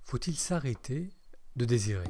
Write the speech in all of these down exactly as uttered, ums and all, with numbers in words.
Faut-il s'arrêter de désirer?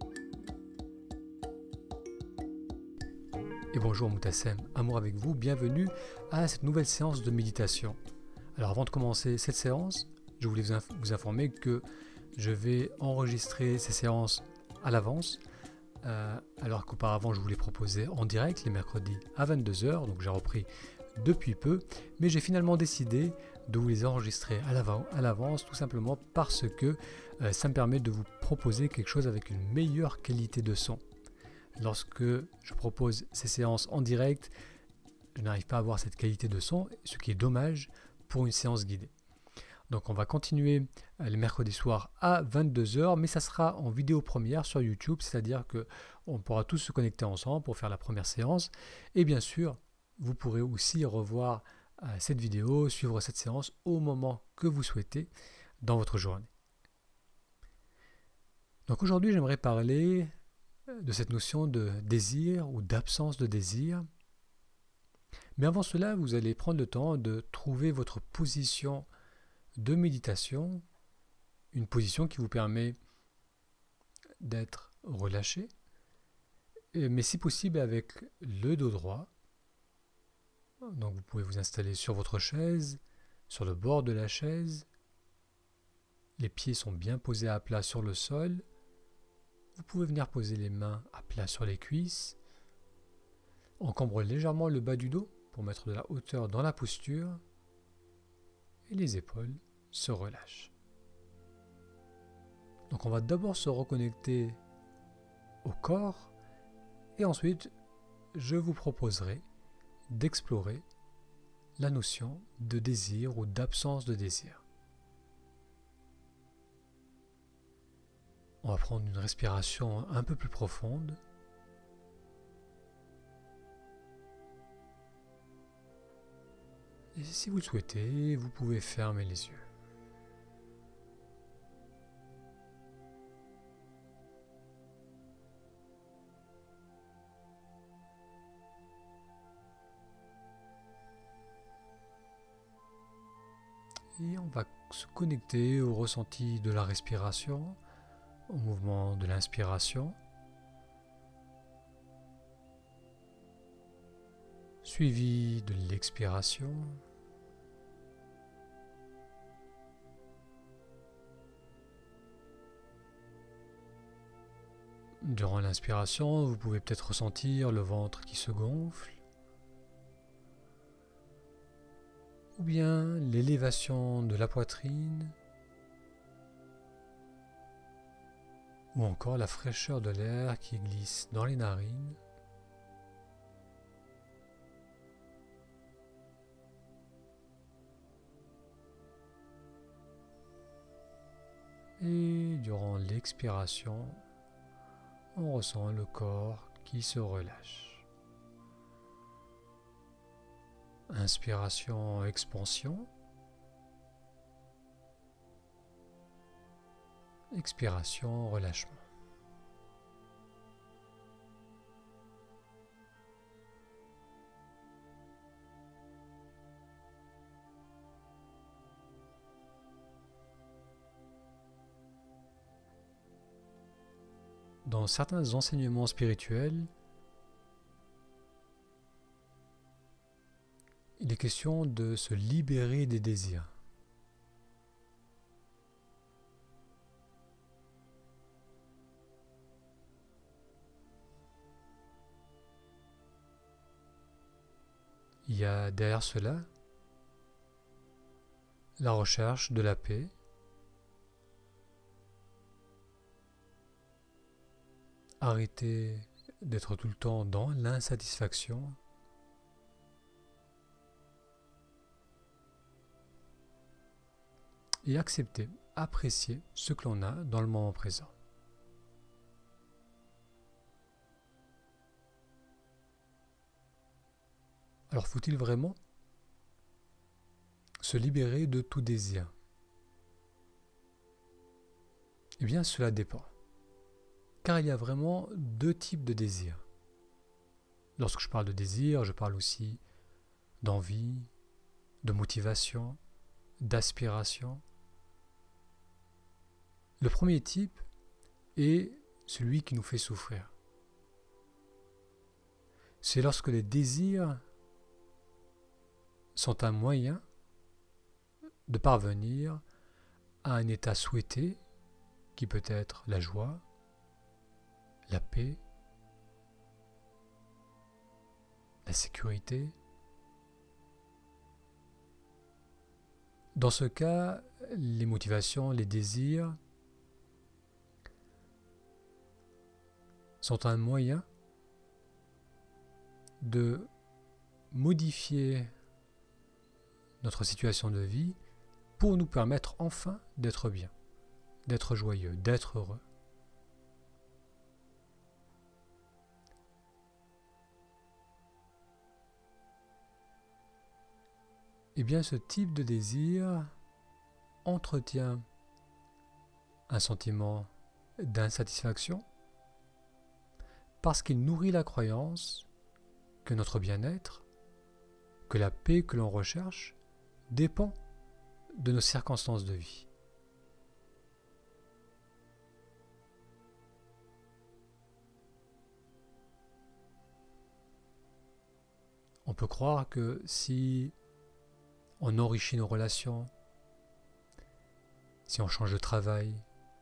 Et bonjour Moutassem, amour avec vous, bienvenue à cette nouvelle séance de méditation. Alors avant de commencer cette séance, je voulais vous, inf- vous informer que je vais enregistrer ces séances à l'avance, euh, alors qu'auparavant je vous les proposais en direct les mercredis à vingt-deux heures, donc j'ai repris depuis peu, mais j'ai finalement décidé de vous les enregistrer à l'avance, à l'avance tout simplement parce que euh, ça me permet de vous proposer quelque chose avec une meilleure qualité de son. Lorsque je propose ces séances en direct, je n'arrive pas à avoir cette qualité de son, ce qui est dommage pour une séance guidée. Donc on va continuer les mercredis soirs à vingt-deux heures, mais ça sera en vidéo première sur YouTube, c'est-à-dire qu'on pourra tous se connecter ensemble pour faire la première séance. Et bien sûr, vous pourrez aussi revoir euh, cette vidéo, suivre cette séance au moment que vous souhaitez dans votre journée. Donc aujourd'hui, j'aimerais parler de cette notion de désir ou d'absence de désir. Mais avant cela, vous allez prendre le temps de trouver votre position de méditation, une position qui vous permet d'être relâché, mais si possible avec le dos droit. Donc vous pouvez vous installer sur votre chaise, sur le bord de la chaise. Les pieds sont bien posés à plat sur le sol. Vous pouvez venir poser les mains à plat sur les cuisses. Encombre légèrement le bas du dos pour mettre de la hauteur dans la posture. Et les épaules se relâchent. Donc on va d'abord se reconnecter au corps et ensuite je vous proposerai d'explorer la notion de désir ou d'absence de désir. On va prendre une respiration un peu plus profonde. Et si vous le souhaitez, vous pouvez fermer les yeux. Et on va se connecter au ressenti de la respiration, au mouvement de l'inspiration, suivi de l'expiration. Durant l'inspiration, vous pouvez peut-être ressentir le ventre qui se gonfle, ou bien l'élévation de la poitrine, ou encore la fraîcheur de l'air qui glisse dans les narines. Et durant l'expiration, on ressent le corps qui se relâche. Inspiration, expansion. Expiration, relâchement. Dans certains enseignements spirituels, il est question de se libérer des désirs. Il y a derrière cela la recherche de la paix, arrêter d'être tout le temps dans l'insatisfaction, et accepter, apprécier ce que l'on a dans le moment présent. Alors faut-il vraiment se libérer de tout désir? Eh bien cela dépend. Car il y a vraiment deux types de désirs. Lorsque je parle de désir, je parle aussi d'envie, de motivation, d'aspiration. Le premier type est celui qui nous fait souffrir. C'est lorsque les désirs sont un moyen de parvenir à un état souhaité qui peut être la joie, la paix, la sécurité. Dans ce cas, les motivations, les désirs sont un moyen de modifier notre situation de vie pour nous permettre enfin d'être bien, d'être joyeux, d'être heureux. Eh bien, ce type de désir entretient un sentiment d'insatisfaction parce qu'il nourrit la croyance que notre bien-être, que la paix que l'on recherche, dépend de nos circonstances de vie. On peut croire que si on enrichit nos relations, si on change de travail,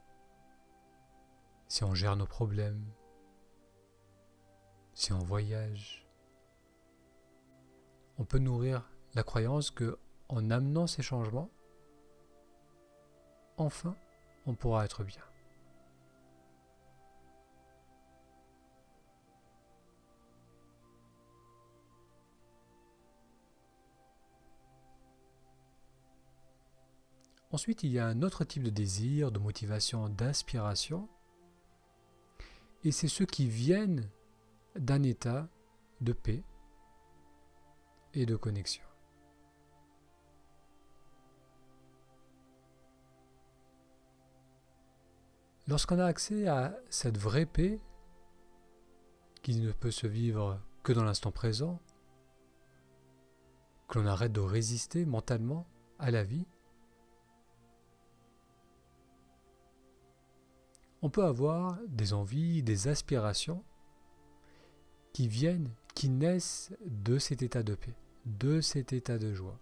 si on gère nos problèmes, si on voyage, on peut nourrir la croyance que en amenant ces changements, enfin, on pourra être bien. Ensuite, il y a un autre type de désir, de motivation, d'inspiration, et c'est ceux qui viennent d'un état de paix et de connexion. Lorsqu'on a accès à cette vraie paix, qui ne peut se vivre que dans l'instant présent, que l'on arrête de résister mentalement à la vie, on peut avoir des envies, des aspirations qui viennent, qui naissent de cet état de paix, de cet état de joie.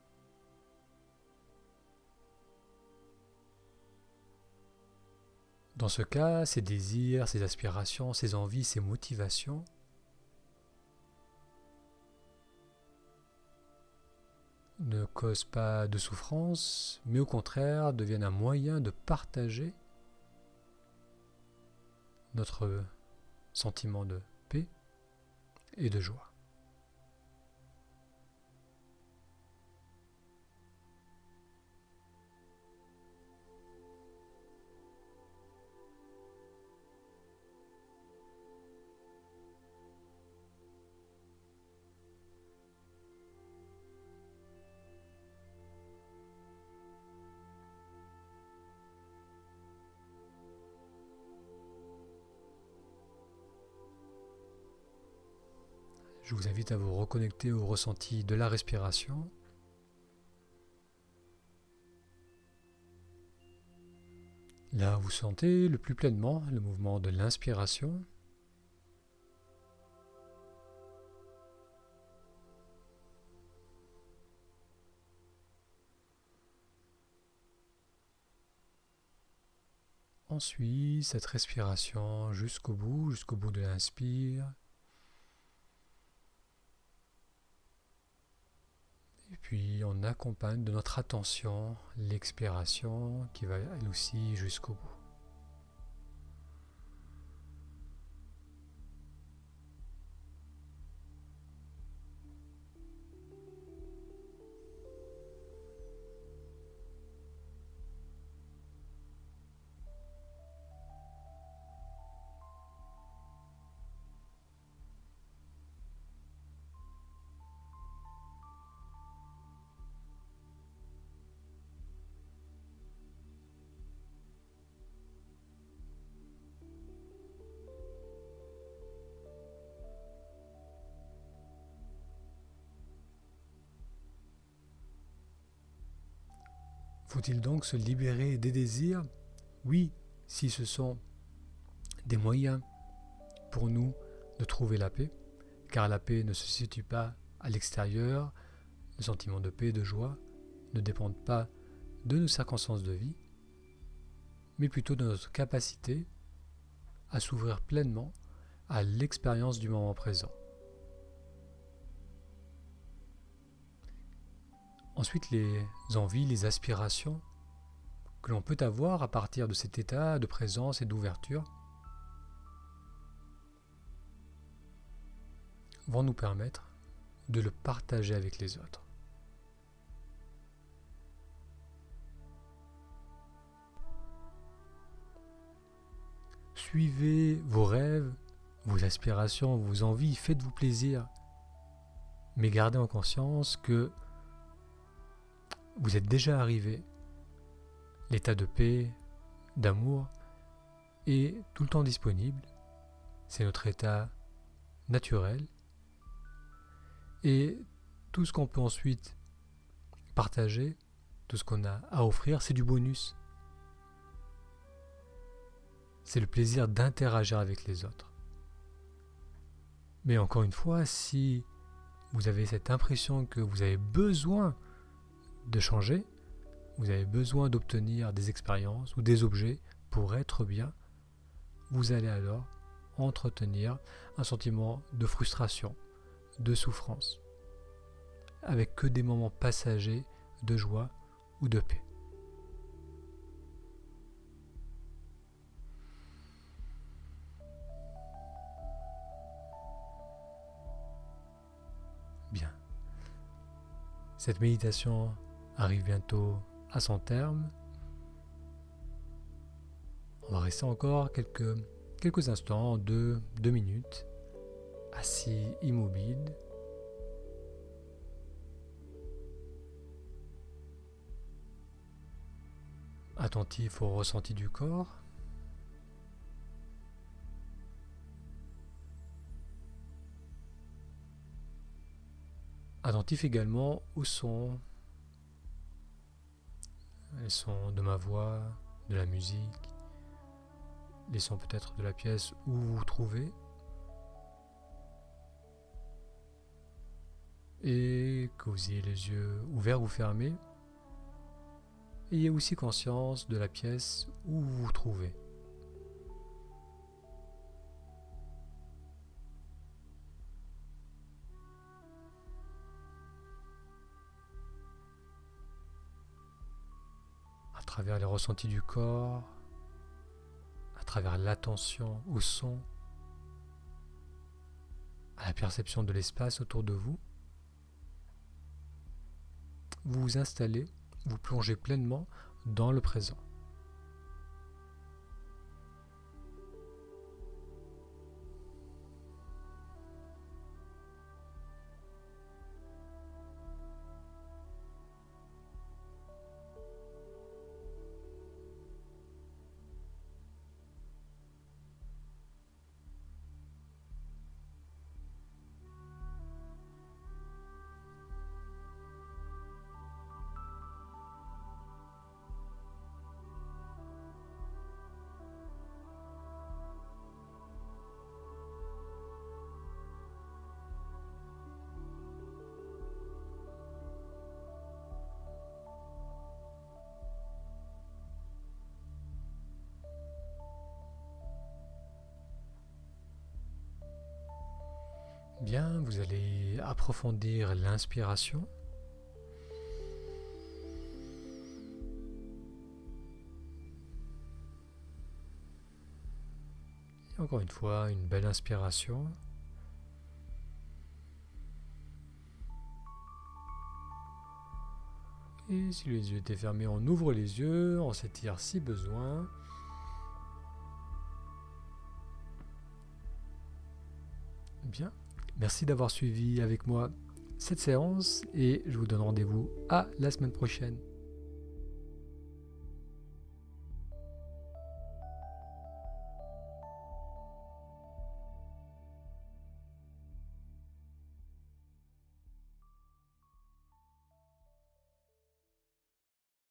Dans ce cas, ces désirs, ces aspirations, ces envies, ces motivations ne causent pas de souffrance, mais au contraire deviennent un moyen de partager notre sentiment de paix et de joie. Je vous invite à vous reconnecter au ressenti de la respiration. Là, vous sentez le plus pleinement le mouvement de l'inspiration. Ensuite, cette respiration jusqu'au bout, jusqu'au bout de l'inspire. Et puis on accompagne de notre attention l'expiration qui va elle aussi jusqu'au bout. Faut-il donc se libérer des désirs ? Oui, si ce sont des moyens pour nous de trouver la paix, car la paix ne se situe pas à l'extérieur, le sentiment de paix, de joie, ne dépendent pas de nos circonstances de vie, mais plutôt de notre capacité à s'ouvrir pleinement à l'expérience du moment présent. Ensuite, les envies, les aspirations que l'on peut avoir à partir de cet état de présence et d'ouverture vont nous permettre de le partager avec les autres. Suivez vos rêves, vos aspirations, vos envies, faites-vous plaisir, mais gardez en conscience que vous êtes déjà arrivé. L'état de paix, d'amour est tout le temps disponible. C'est notre état naturel. Et tout ce qu'on peut ensuite partager, tout ce qu'on a à offrir, c'est du bonus. C'est le plaisir d'interagir avec les autres. Mais encore une fois, si vous avez cette impression que vous avez besoin de changer, vous avez besoin d'obtenir des expériences ou des objets pour être bien, vous allez alors entretenir un sentiment de frustration, de souffrance, avec que des moments passagers de joie ou de paix. Bien. Cette méditation arrive bientôt à son terme. On va rester encore quelques, quelques instants, deux, deux minutes, assis immobile. Attentif au ressenti du corps. Attentif également au son. Les sons de ma voix, de la musique, les sons peut-être de la pièce où vous vous trouvez. Et que vous ayez les yeux ouverts ou fermés. Ayez aussi conscience de la pièce où vous vous trouvez. À travers les ressentis du corps, à travers l'attention au son, à la perception de l'espace autour de vous, vous vous installez, vous plongez pleinement dans le présent. Bien, vous allez approfondir l'inspiration. Et encore une fois, une belle inspiration. Et si les yeux étaient fermés, on ouvre les yeux, on s'étire si besoin. Bien. Merci d'avoir suivi avec moi cette séance et je vous donne rendez-vous à la semaine prochaine.